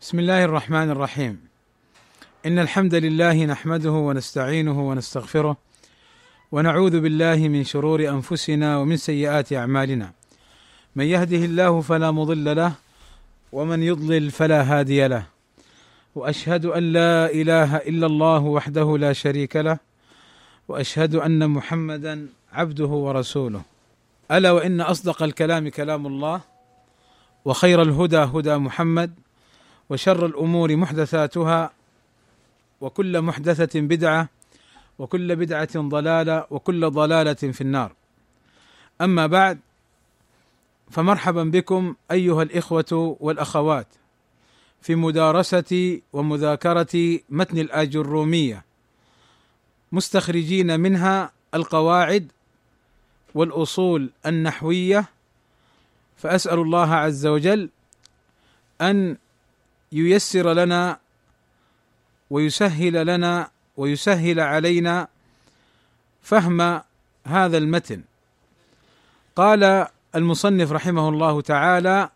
بسم الله الرحمن الرحيم. إن الحمد لله نحمده ونستعينه ونستغفره ونعوذ بالله من شرور أنفسنا ومن سيئات أعمالنا، من يهده الله فلا مضل له ومن يضلل فلا هادي له، وأشهد أن لا إله إلا الله وحده لا شريك له، وأشهد أن محمدا عبده ورسوله. ألا وإن أصدق الكلام كلام الله، وخير الهدى هدى محمد، وشر الأمور محدثاتها، وكل محدثة بدعة، وكل بدعة ضلالة، وكل ضلالة في النار. أما بعد، فمرحبا بكم أيها الإخوة والأخوات في مدارسة ومذاكرة متن الآجرومية، مستخرجين منها القواعد والأصول النحوية. فأسأل الله عز وجل أن ييسر لنا ويسهل علينا فهم هذا المتن. قال المصنف رحمه الله تعالى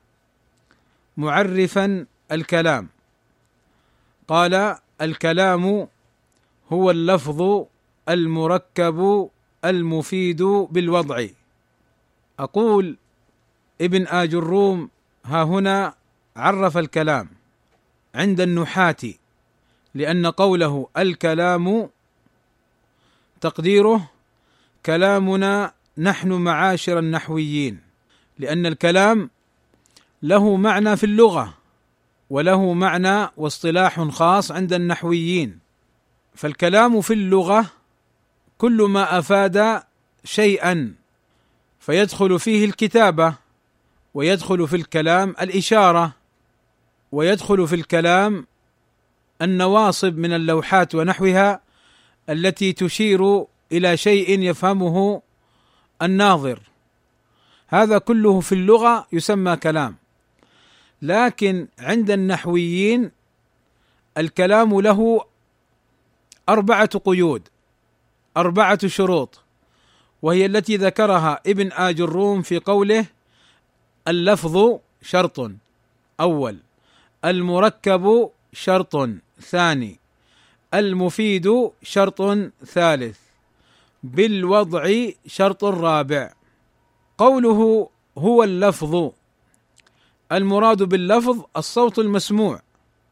معرفا الكلام، قال: الكلام هو اللفظ المركب المفيد بالوضع. أقول ابن آجروم ها هنا عرف الكلام عند النحاة، لأن قوله الكلام تقديره كلامنا نحن معاشر النحويين، لأن الكلام له معنى في اللغة وله معنى واصطلاح خاص عند النحويين. فالكلام في اللغة كل ما أفاد شيئا، فيدخل فيه الكتابة، ويدخل في الكلام الإشارة، ويدخل في الكلام النواصب من اللوحات ونحوها التي تشير إلى شيء يفهمه الناظر. هذا كله في اللغة يسمى كلام. لكن عند النحويين الكلام له 4 قيود، 4 شروط، وهي التي ذكرها ابن آجروم في قوله: اللفظ شرط أول، المركب شرط ثاني، المفيد شرط ثالث، بالوضع شرط رابع. قوله هو اللفظ، المراد باللفظ الصوت المسموع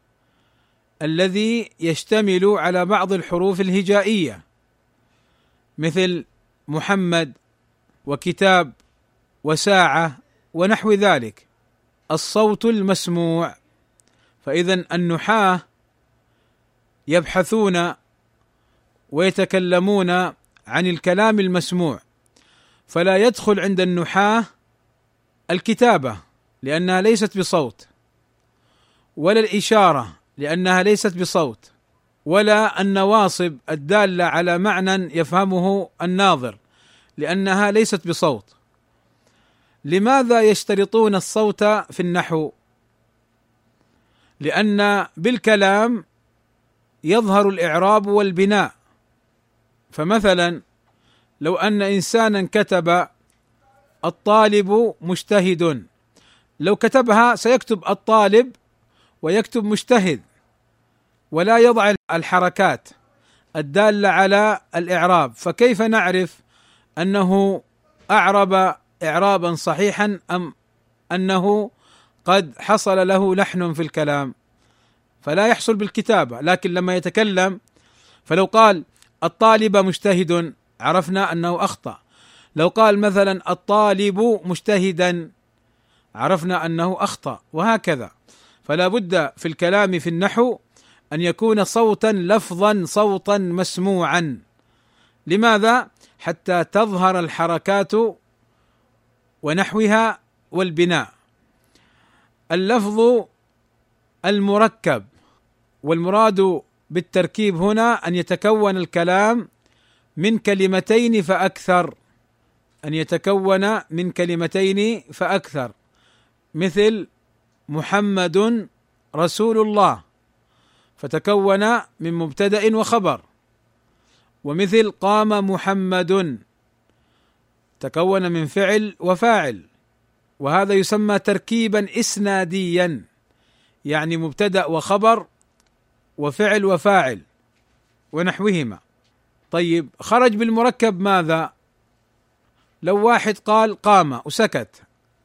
الذي يشتمل على بعض الحروف الهجائية، مثل محمد وكتاب وساعة ونحو ذلك، الصوت المسموع. فإذا النحاة يبحثون ويتكلمون عن الكلام المسموع، فلا يدخل عند النحاة الكتابة لأنها ليست بصوت، ولا الإشارة لأنها ليست بصوت، ولا النواصب الدالة على معنى يفهمه الناظر لأنها ليست بصوت. لماذا يشترطون الصوت في النحو؟ لأن بالكلام يظهر الإعراب والبناء. فمثلا لو أن إنسانا كتب الطالب مجتهد، لو كتبها سيكتب الطالب ويكتب مجتهد، ولا يضع الحركات الدالة على الإعراب، فكيف نعرف أنه أعرب إعرابا صحيحا أم أنه قد حصل له لحن في الكلام؟ فلا يحصل بالكتابة. لكن لما يتكلم، فلو قال الطالب مجتهد عرفنا أنه أخطأ، لو قال مثلا الطالب مجتهدا عرفنا أنه أخطأ، وهكذا. فلا بد في الكلام في النحو أن يكون صوتا لفظا، صوتا مسموعا. لماذا؟ حتى تظهر الحركات ونحوها والبناء. اللفظ المركب، والمراد بالتركيب هنا أن يتكون الكلام من كلمتين فأكثر، أن يتكون من كلمتين فأكثر، مثل محمد رسول الله فتكون من مبتدأ وخبر، ومثل قام محمد تكون من فعل وفاعل، وهذا يسمى تركيبا إسناديا. يعني مبتدأ وخبر وفعل وفاعل ونحوهما. طيب خرج بالمركب ماذا؟ لو واحد قال قام وسكت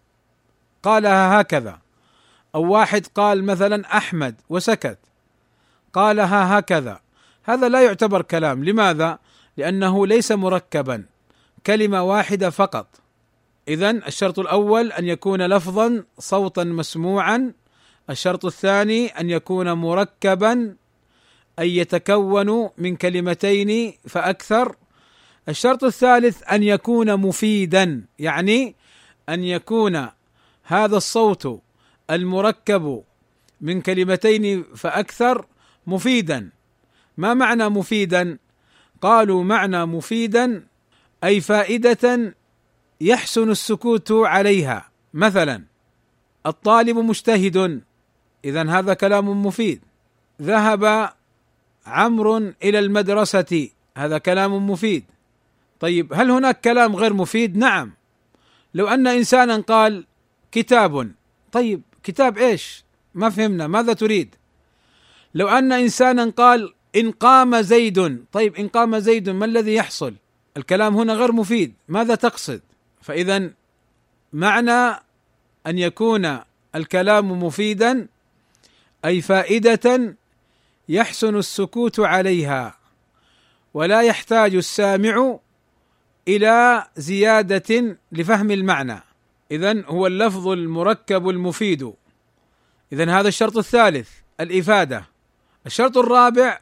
قالها هكذا، أو واحد قال مثلا أحمد وسكت قالها هكذا، هذا لا يعتبر كلام. لماذا؟ لأنه ليس مركبا، كلمة واحدة فقط. إذن الشرط الأول أن يكون لفظا صوتا مسموعا، الشرط الثاني أن يكون مركبا أي يتكون من كلمتين فأكثر، الشرط الثالث أن يكون مفيدا، يعني أن يكون هذا الصوت المركب من كلمتين فأكثر مفيدا. ما معنى مفيدا؟ قالوا معنى مفيدا أي فائدة يحسن السكوت عليها. مثلا الطالب مجتهد، إذن هذا كلام مفيد. ذهب عمرو إلى المدرسة، هذا كلام مفيد. طيب هل هناك كلام غير مفيد؟ نعم. لو أن إنسانا قال كتاب، طيب كتاب إيش؟ ما فهمنا، ماذا تريد؟ لو أن إنسانا قال إن قام زيد، طيب إن قام زيد ما الذي يحصل؟ الكلام هنا غير مفيد، ماذا تقصد؟ فإذا معنى أن يكون الكلام مفيدا أي فائدة يحسن السكوت عليها، ولا يحتاج السامع إلى زيادة لفهم المعنى. إذن هو اللفظ المركب المفيد. إذن هذا الشرط الثالث الإفادة. الشرط الرابع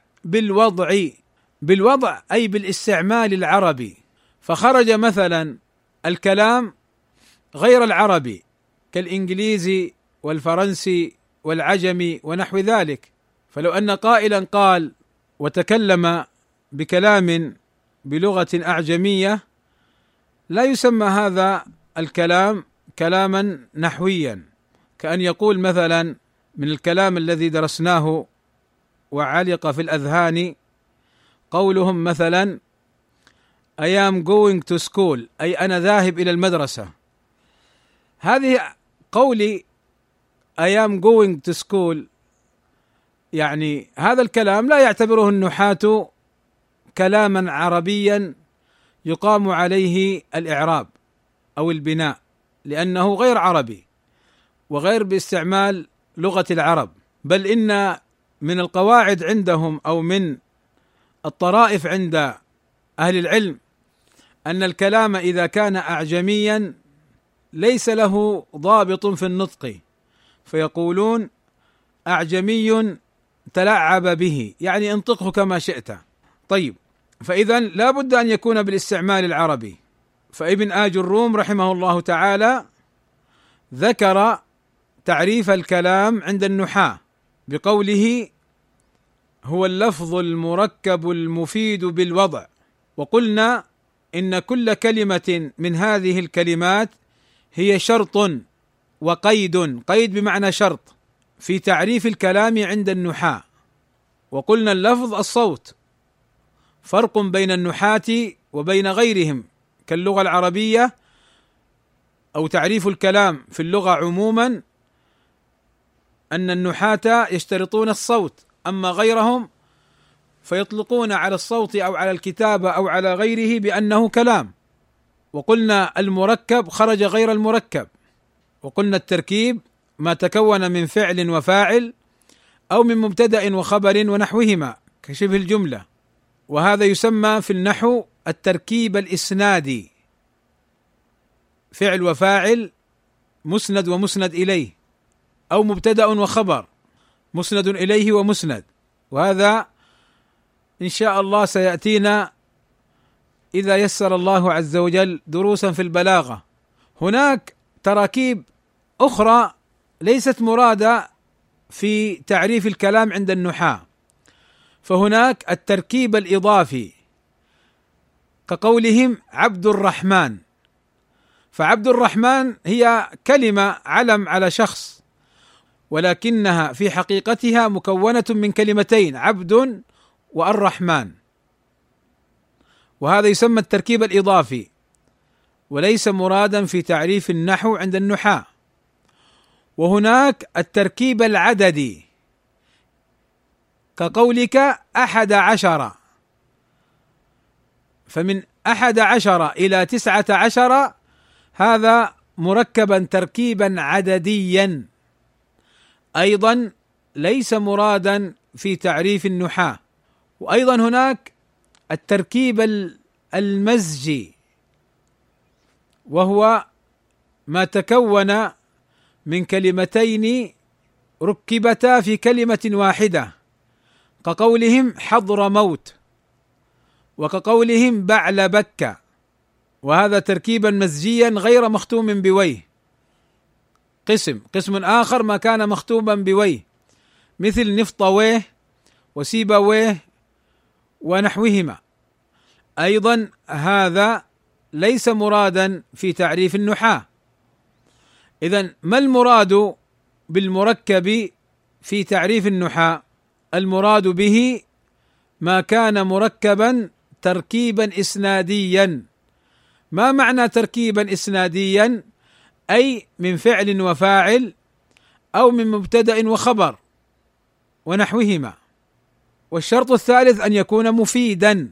بالوضع أي بالاستعمال العربي، فخرج مثلا الكلام غير العربي كالإنجليزي والفرنسي والعجمي ونحو ذلك. فلو أن قائلا قال وتكلم بكلام بلغة أعجمية لا يسمى هذا الكلام كلاما نحويا، كأن يقول مثلا من الكلام الذي درسناه وعلق في الأذهان قولهم مثلا I am going to school، أي أنا ذاهب إلى المدرسة. هذه قولي I am going to school، يعني هذا الكلام لا يعتبره النحاة كلاما عربيا يقام عليه الإعراب أو البناء، لأنه غير عربي وغير باستعمال لغة العرب. بل إن من القواعد عندهم أو من الطرائف عند أهل العلم أن الكلام إذا كان أعجميا ليس له ضابط في النطق، فيقولون أعجمي تلعب به، يعني انطقه كما شئت. طيب فإذا لا بد أن يكون بالاستعمال العربي. فابن آج الروم رحمه الله تعالى ذكر تعريف الكلام عند النحاة بقوله هو اللفظ المركب المفيد بالوضع. وقلنا إن كل كلمة من هذه الكلمات هي شرط وقيد، قيد بمعنى شرط في تعريف الكلام عند النحاة. وقلنا اللفظ الصوت، فرق بين النحاة وبين غيرهم كاللغة العربية أو تعريف الكلام في اللغة عموما أن النحاة يشترطون الصوت، أما غيرهم فيطلقون على الصوت أو على الكتابة أو على غيره بأنه كلام. وقلنا المركب خرج غير المركب، وقلنا التركيب ما تكون من فعل وفاعل أو من مبتدأ وخبر ونحوهما كشبه الجملة، وهذا يسمى في النحو التركيب الإسنادي، فعل وفاعل مسند ومسند إليه، أو مبتدأ وخبر مسند إليه ومسند. وهذا إن شاء الله سيأتينا إذا يسر الله عز وجل دروسا في البلاغة. هناك تراكيب أخرى ليست مرادة في تعريف الكلام عند النحاة، فهناك التركيب الإضافي كقولهم عبد الرحمن، فعبد الرحمن هي كلمة علم على شخص، ولكنها في حقيقتها مكونة من كلمتين عبد والرحمن، وهذا يسمى التركيب الإضافي وليس مرادا في تعريف النحو عند النحاة. وهناك التركيب العددي كقولك 11، فمن 11 إلى 19 هذا مركبا تركيبا عدديا، أيضا ليس مرادا في تعريف النحاة. وأيضا هناك التركيب المزجي، وهو ما تكون من كلمتين ركبتا في كلمة واحدة، كقولهم حضر موت وكقولهم بعل بكة، وهذا تركيبا مزجيا غير مختوم بويه. قسم آخر ما كان مختوما بويه مثل نفطويه وسيبويه ونحوهما، أيضا هذا ليس مرادا في تعريف النحاة. إذن ما المراد بالمركب في تعريف النحاة؟ المراد به ما كان مركبا تركيبا إسناديا. ما معنى تركيبا إسناديا؟ أي من فعل وفاعل أو من مبتدأ وخبر ونحوهما. والشرط الثالث أن يكون مفيدا،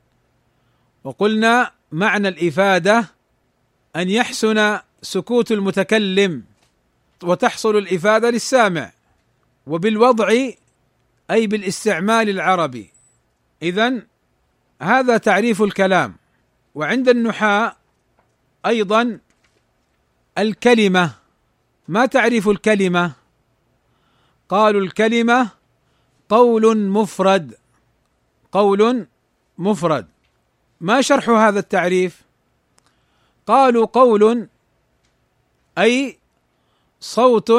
وقلنا معنى الإفادة أن يحسن سكوت المتكلم وتحصل الإفادة للسامع، وبالوضع أي بالاستعمال العربي. إذن هذا تعريف الكلام. وعند النحاة أيضا الكلمة، ما تعريف الكلمة؟ قالوا الكلمة قول مفرد. قول مفرد. ما شرح هذا التعريف؟ قالوا قول أي صوت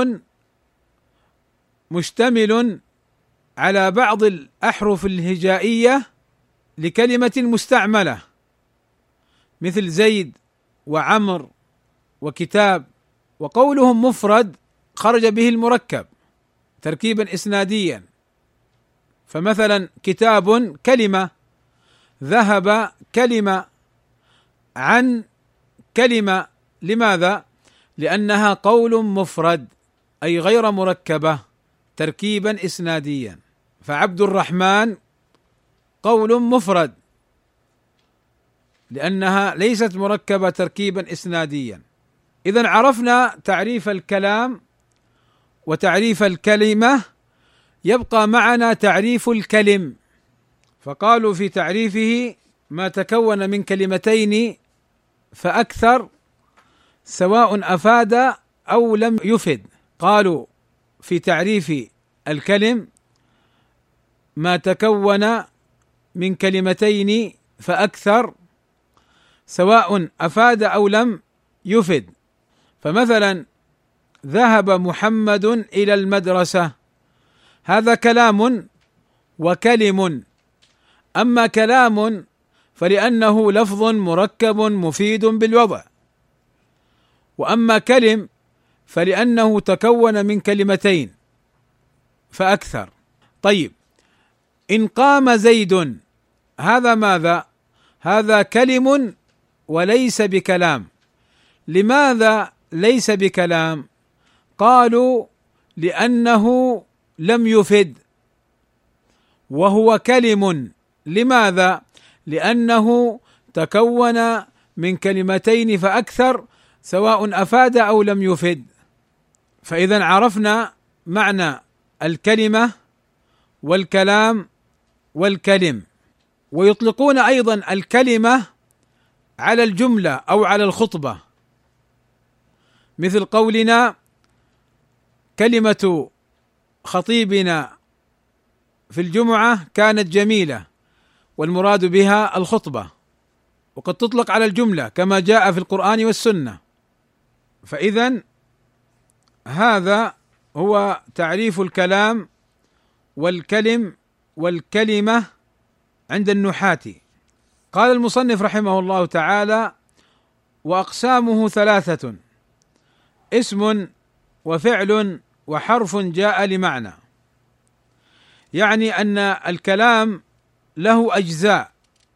مشتمل على بعض الأحرف الهجائية لكلمة مستعملة مثل زيد وعمر وكتاب. وقولهم مفرد خرج به المركب تركيبا إسناديا، فمثلا كتاب كلمة، ذهب كلمة، عن كلمة. لماذا؟ لأنها قول مفرد أي غير مركبة تركيبا إسناديا. فعبد الرحمن قول مفرد لأنها ليست مركبة تركيبا إسناديا. إذن عرفنا تعريف الكلام وتعريف الكلمة، يبقى معنا تعريف الكلم. فقالوا في تعريفه ما تكون من كلمتين فأكثر سواء أفاد أو لم يفد. قالوا في تعريف الكلم ما تكون من كلمتين فأكثر سواء أفاد أو لم يفد. فمثلا ذهب محمد إلى المدرسة، هذا كلام وكلم. أما كلام فلأنه لفظ مركب مفيد بالوضع، وأما كلم فلأنه تكون من كلمتين فأكثر. طيب، إن قام زيد، هذا ماذا؟ هذا كلم وليس بكلام. لماذا ليس بكلام؟ قالوا لأنه لم يفد، وهو كلم. لماذا؟ لأنه تكون من كلمتين فأكثر سواء أفاد أو لم يفد. فإذا عرفنا معنى الكلمة والكلام والكلم. ويطلقون أيضا الكلمة على الجملة أو على الخطبة، مثل قولنا كلمة خطيبنا في الجمعة كانت جميلة، والمراد بها الخطبة. وقد تطلق على الجملة كما جاء في القرآن والسنة. فإذا هذا هو تعريف الكلام والكلم والكلمة عند النحاة. قال المصنف رحمه الله تعالى: وأقسامه 3: اسم وفعل وحرف جاء لمعنى. يعني أن الكلام له أجزاء،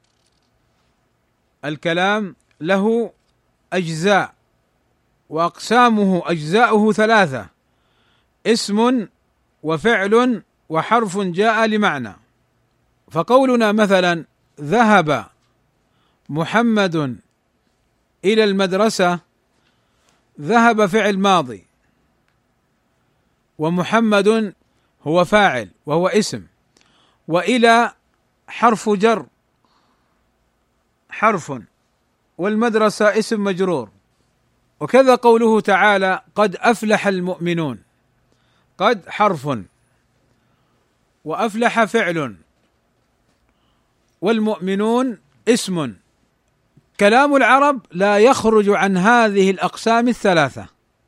الكلام له أجزاء، وأقسامه أجزاؤه 3: اسم وفعل وحرف جاء لمعنى. فقولنا مثلا ذهب محمد إلى المدرسة، ذهب فعل ماضي، ومحمد هو فاعل وهو اسم، وإلى حرف جر حرف، والمدرسة اسم مجرور. وكذا قوله تعالى قد أفلح المؤمنون، قد حرف وأفلح فعل والمؤمنون اسم. كلام العرب لا يخرج عن هذه الأقسام الثلاثة،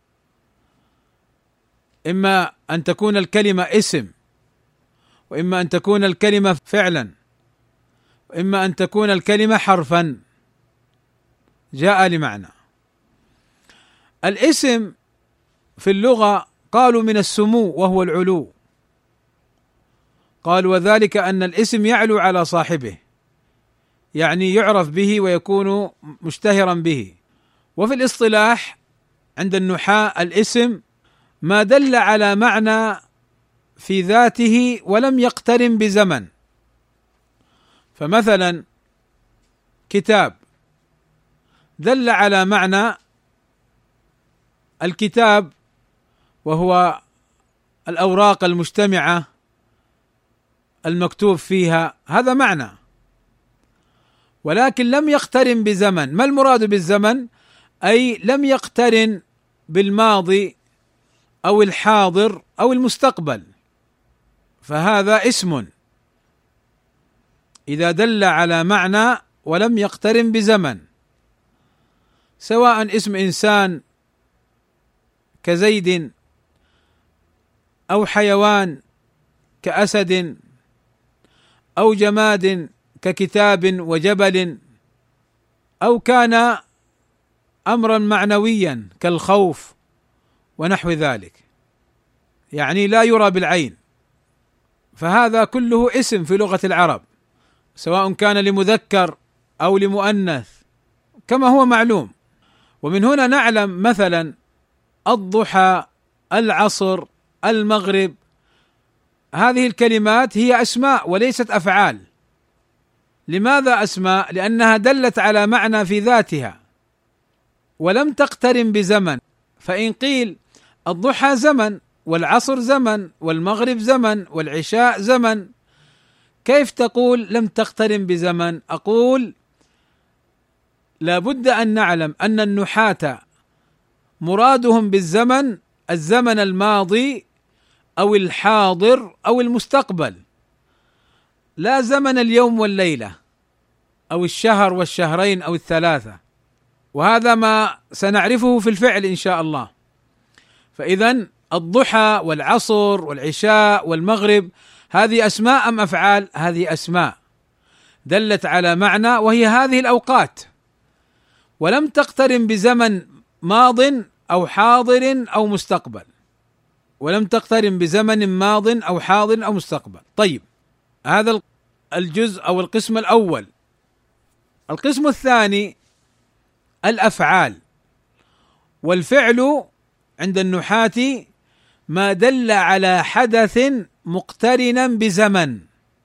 إما أن تكون الكلمة اسم، وإما أن تكون الكلمة فعلا، وإما أن تكون الكلمة حرفا جاء لمعنى. الاسم في اللغة قالوا من السمو وهو العلو، قالوا وذلك أن الاسم يعلو على صاحبه، يعني يعرف به ويكون مشتهرا به. وفي الاصطلاح عند النحاة الاسم ما دل على معنى في ذاته ولم يقترن بزمن. فمثلا كتاب دل على معنى الكتاب وهو الأوراق المجتمعة المكتوب فيها، هذا معنى، ولكن لم يقترن بزمن. ما المراد بالزمن؟ أي لم يقترن بالماضي أو الحاضر أو المستقبل، فهذا اسم إذا دل على معنى ولم يقترن بزمن، سواء اسم إنسان كزيد أو حيوان كأسد أو جماد ككتاب وجبل، أو كان أمرا معنويا كالخوف ونحو ذلك، يعني لا يرى بالعين، فهذا كله اسم في لغة العرب، سواء كان لمذكر أو لمؤنث كما هو معلوم. ومن هنا نعلم مثلا الضحى، العصر، المغرب، هذه الكلمات هي أسماء وليست أفعال. لماذا أسماء؟ لأنها دلت على معنى في ذاتها ولم تقترن بزمن. فإن قيل الضحى زمن، والعصر زمن، والمغرب زمن، والعشاء زمن، كيف تقول لم تقترن بزمن؟ أقول لابد أن نعلم أن النحاة مرادهم بالزمن الزمن الماضي أو الحاضر أو المستقبل، لا زمن اليوم والليلة أو الشهر والشهرين أو الثلاثة، وهذا ما سنعرفه في الفعل إن شاء الله. فإذا الضحى والعصر والعشاء والمغرب هذه أسماء أم أفعال؟ هذه أسماء دلت على معنى، وهي هذه الأوقات، ولم تقترن بزمن ماض أو حاضر أو مستقبل، ولم تقترن بزمن ماض أو حاضر أو مستقبل. طيب، هذا الجزء أو القسم الأول. القسم الثاني الأفعال. والفعل عند النحاة ما دل على حدث مقترنا بزمن،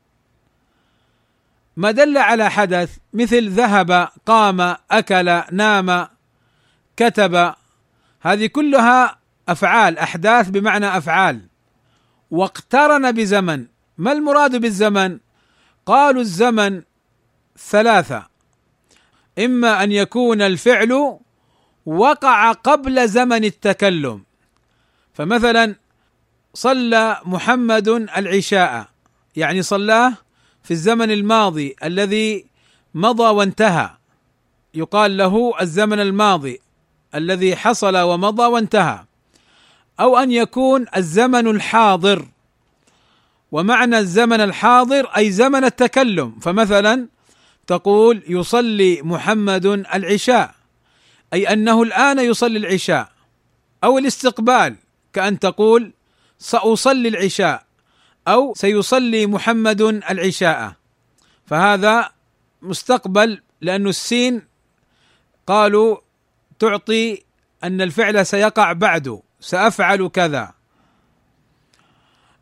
ما دل على حدث مثل ذهب، قام، أكل، نام، كتب، هذه كلها أفعال، أحداث بمعنى أفعال، واقترن بزمن. ما المراد بالزمن؟ قالوا الزمن ثلاثة: إما أن يكون الفعل وقع قبل زمن التكلم، فمثلا صلى محمد العشاء، يعني صلاه في الزمن الماضي الذي مضى وانتهى، يقال له الزمن الماضي الذي حصل ومضى وانتهى. أو أن يكون الزمن الحاضر، ومعنى الزمن الحاضر أي زمن التكلم، فمثلا تقول يصلي محمد العشاء، أي أنه الآن يصلي العشاء. أو الاستقبال، كأن تقول سأصلي العشاء أو سيصلي محمد العشاء، فهذا مستقبل، لأن السين قالوا تعطي أن الفعل سيقع بعد، سأفعل كذا.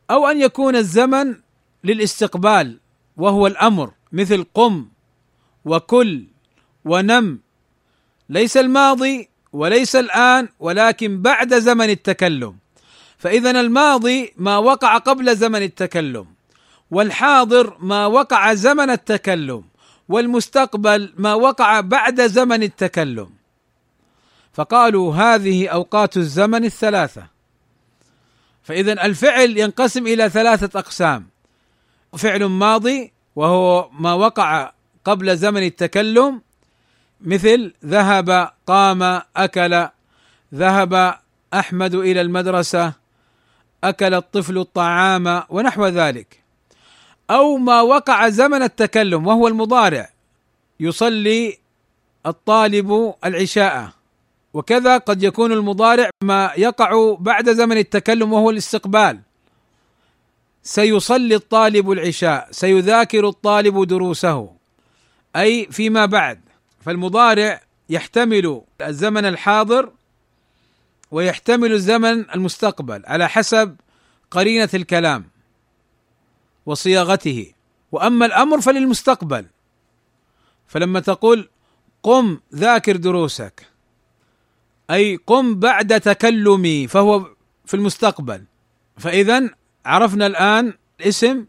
أو أن يكون الزمن للاستقبال وهو الأمر، مثل قم وكل ونم، ليس الماضي وليس الآن ولكن بعد زمن التكلم. فإذا الماضي ما وقع قبل زمن التكلم، والحاضر ما وقع زمن التكلم، والمستقبل ما وقع بعد زمن التكلم. فقالوا هذه أوقات الزمن الثلاثة. فإذا الفعل ينقسم إلى ثلاثة أقسام: فعل ماضي وهو ما وقع قبل زمن التكلم، مثل ذهب، قام، أكل، ذهب أحمد إلى المدرسة، أكل الطفل الطعام، ونحو ذلك. أو ما وقع زمن التكلم وهو المضارع، يصلي الطالب العشاء. وكذا قد يكون المضارع ما يقع بعد زمن التكلم وهو الاستقبال، سيصلي الطالب العشاء، سيذاكر الطالب دروسه، أي فيما بعد. فالمضارع يحتمل الزمن الحاضر ويحتمل الزمن المستقبل على حسب قرينة الكلام وصياغته. وأما الأمر فللمستقبل، فلما تقول قم ذاكر دروسك، أي قم بعد تكلمي، فهو في المستقبل. فإذا عرفنا الآن الاسم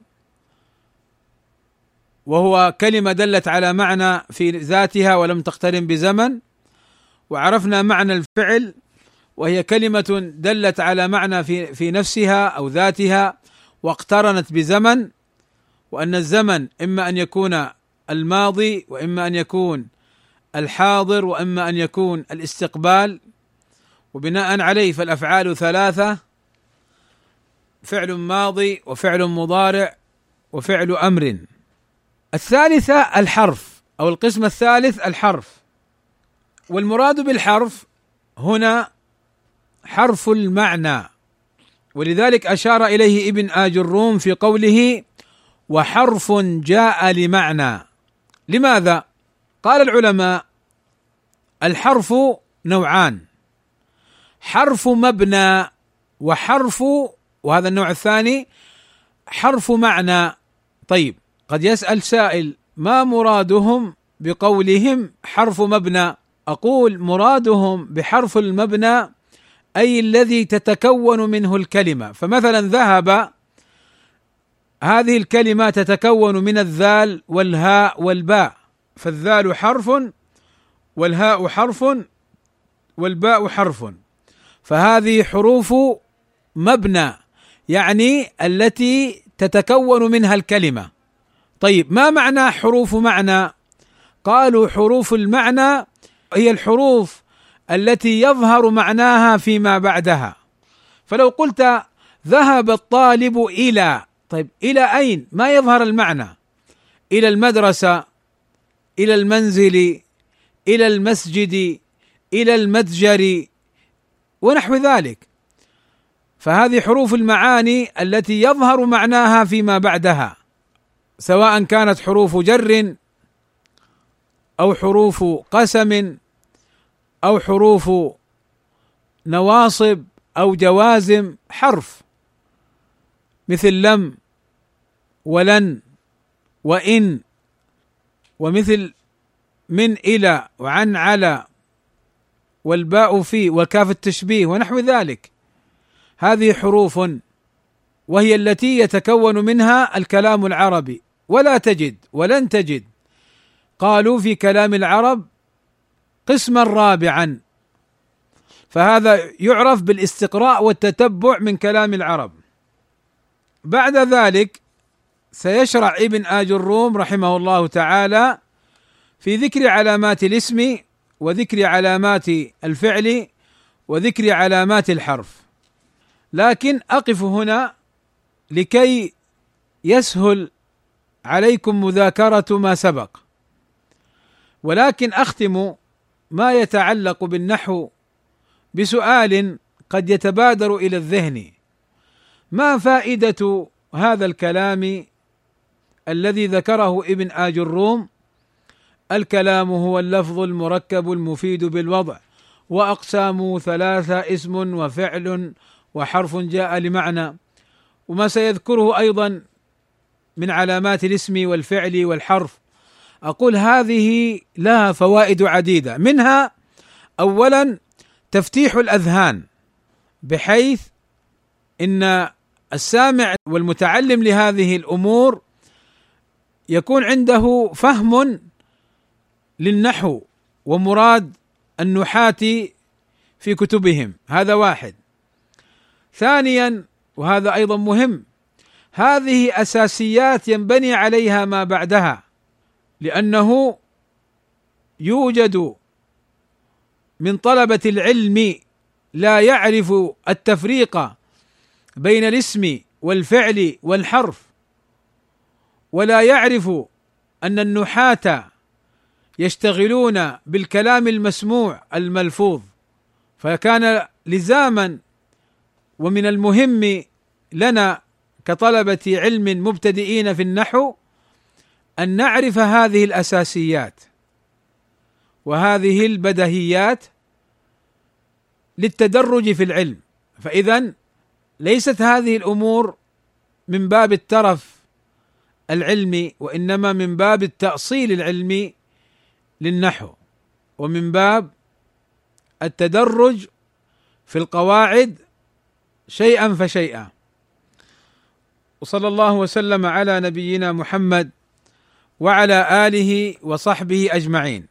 وهو كلمة دلت على معنى في ذاتها ولم تقترن بزمن، وعرفنا معنى الفعل وهي كلمة دلت على معنى في نفسها أو ذاتها واقترنت بزمن، وأن الزمن إما أن يكون الماضي وإما أن يكون الحاضر وإما أن يكون الاستقبال. وبناء عليه فالأفعال ثلاثة: فعل ماضي وفعل مضارع وفعل أمر. الثالثة الحرف، أو القسم الثالث الحرف. والمراد بالحرف هنا حرف المعنى، ولذلك أشار إليه ابن آج الروم في قوله وحرف جاء لمعنى. لماذا؟ قال العلماء الحرف نوعان: حرف مبنى وحرف، وهذا النوع الثاني حرف معنى. طيب، قد يسأل سائل ما مرادهم بقولهم حرف مبنى؟ أقول مرادهم بحرف المبنى أي الذي تتكون منه الكلمة. فمثلا ذهب، هذه الكلمة تتكون من الذال والهاء والباء، فالذال حرف والهاء حرف والباء حرف، فهذه حروف مبنى، يعني التي تتكون منها الكلمة. طيب، ما معنى حروف معنى؟ قالوا حروف المعنى هي الحروف التي يظهر معناها فيما بعدها. فلو قلت ذهب الطالب إلى، طيب إلى أين؟ ما يظهر المعنى، إلى المدرسة، إلى المنزل، إلى المسجد، إلى المتجر، ونحو ذلك. فهذه حروف المعاني التي يظهر معناها فيما بعدها، سواء كانت حروف جر أو حروف قسم أو حروف نواصب أو جوازم. حرف مثل لم ولن وإن، ومثل من إلى وعن على والباء في وكاف التشبيه ونحو ذلك. هذه حروف وهي التي يتكون منها الكلام العربي. ولا تجد ولن تجد، قالوا في كلام العرب قسما رابعا، فهذا يعرف بالاستقراء والتتبع من كلام العرب. بعد ذلك سيشرع ابن آج الروم رحمه الله تعالى في ذكر علامات الاسم وذكر علامات الفعل وذكر علامات الحرف. لكن أقف هنا لكي يسهل عليكم مذاكرة ما سبق، ولكن أختم ما يتعلق بالنحو بسؤال قد يتبادر إلى الذهن: ما فائدة هذا الكلام الذي ذكره ابن آج الروم؟ الكلام هو اللفظ المركب المفيد بالوضع، وأقسامه ثلاثة: اسم وفعل وحرف جاء لمعنى. وما سيذكره أيضا من علامات الاسم والفعل والحرف، أقول هذه لها فوائد عديدة، منها أولا تفتيح الأذهان، بحيث إن السامع والمتعلم لهذه الأمور يكون عنده فهم للنحو ومراد النحاة في كتبهم، هذا واحد. ثانيا وهذا أيضا مهم، هذه أساسيات ينبني عليها ما بعدها، لأنه يوجد من طلبة العلم لا يعرف التفريق بين الاسم والفعل والحرف، ولا يعرف أن النحاة يشتغلون بالكلام المسموع الملفوظ، فكان لزاما ومن المهم لنا كطلبة علم مبتدئين في النحو أن نعرف هذه الأساسيات وهذه البديهيات للتدرج في العلم. فإذا ليست هذه الأمور من باب الترف العلمي، وإنما من باب التأصيل العلمي للنحو، ومن باب التدرج في القواعد شيئا فشيئا. وصلى الله وسلم على نبينا محمد وعلى آله وصحبه أجمعين.